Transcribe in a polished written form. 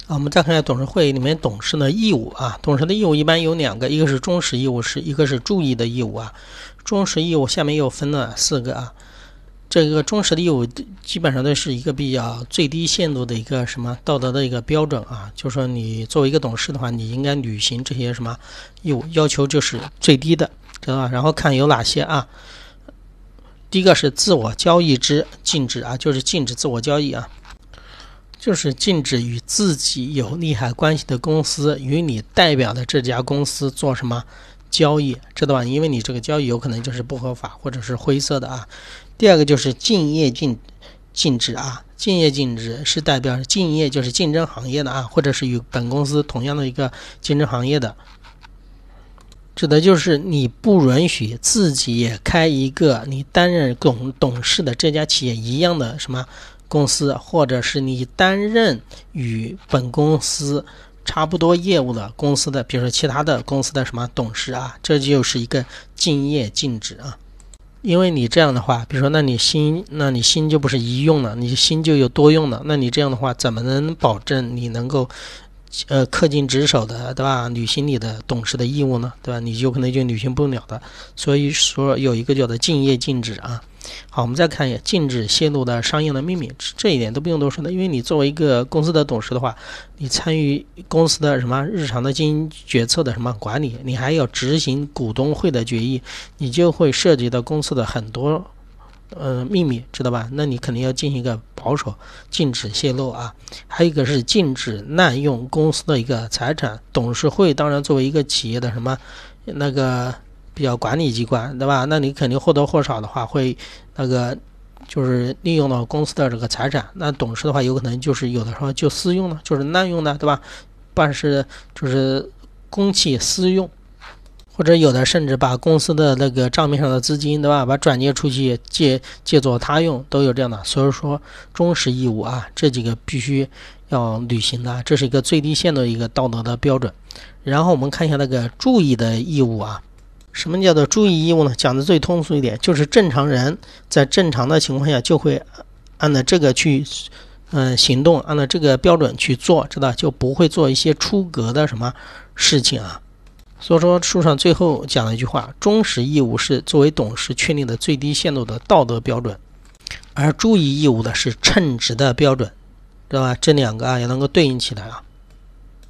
我们再看一下董事会里面董事的义务董事的义务一般有两个，一个是忠实义务，一个是注意的义务忠实义务下面又分了4个这个忠实的义务基本上都是一个比较最低限度的一个道德的一个标准就是说你作为一个董事的话，你应该履行这些义务，要求就是最低的，知道吧？然后看有哪些第一个是自我交易之禁止就是禁止自我交易就是禁止与自己有利害关系的公司与你代表的这家公司做交易，知道吧？因为你这个交易有可能就是不合法或者是灰色的第二个就是竞业禁止竞业禁止是代表竞业就是竞争行业的或者是与本公司同样的一个竞争行业的，指的就是你不允许自己也开一个你担任董事的这家企业一样的公司，或者是你担任与本公司差不多业务的公司的，比如说其他的公司的董事这就是一个竞业禁止因为你这样的话，比如说那你心就不是一用了，你心就有多用了，那你这样的话怎么能保证你能够恪尽职守的，对吧？履行你的董事的义务呢，对吧？你有可能就履行不了的。所以说有一个叫做竞业禁止好，我们再看一下禁止泄露的商业的秘密，这一点都不用多说的，因为你作为一个公司的董事的话，你参与公司的日常的经营决策的管理，你还要执行股东会的决议，你就会涉及到公司的很多秘密，知道吧？那你肯定要进行一个保守，禁止泄露还有一个是禁止滥用公司的一个财产，董事会当然作为一个企业的比较管理机关，对吧？那你肯定或多或少的话会就是利用到公司的这个财产，那董事的话有可能就是有的时候就私用了，就是滥用的，对吧？办事就是公器私用，或者有的甚至把公司的那个账面上的资金，对吧？把转借出去借作他用，都有这样的。所以说忠实义务这几个必须要履行的，这是一个最低限度的一个道德的标准。然后我们看一下那个注意的义务什么叫做注意义务呢？讲的最通俗一点，就是正常人在正常的情况下就会按照这个去行动，按照这个标准去做，知道就不会做一些出格的事情所以说书上最后讲了一句话，忠实义务是作为董事确定的最低限度的道德标准，而注意义务的是称职的标准，知道吧？这两个也能够对应起来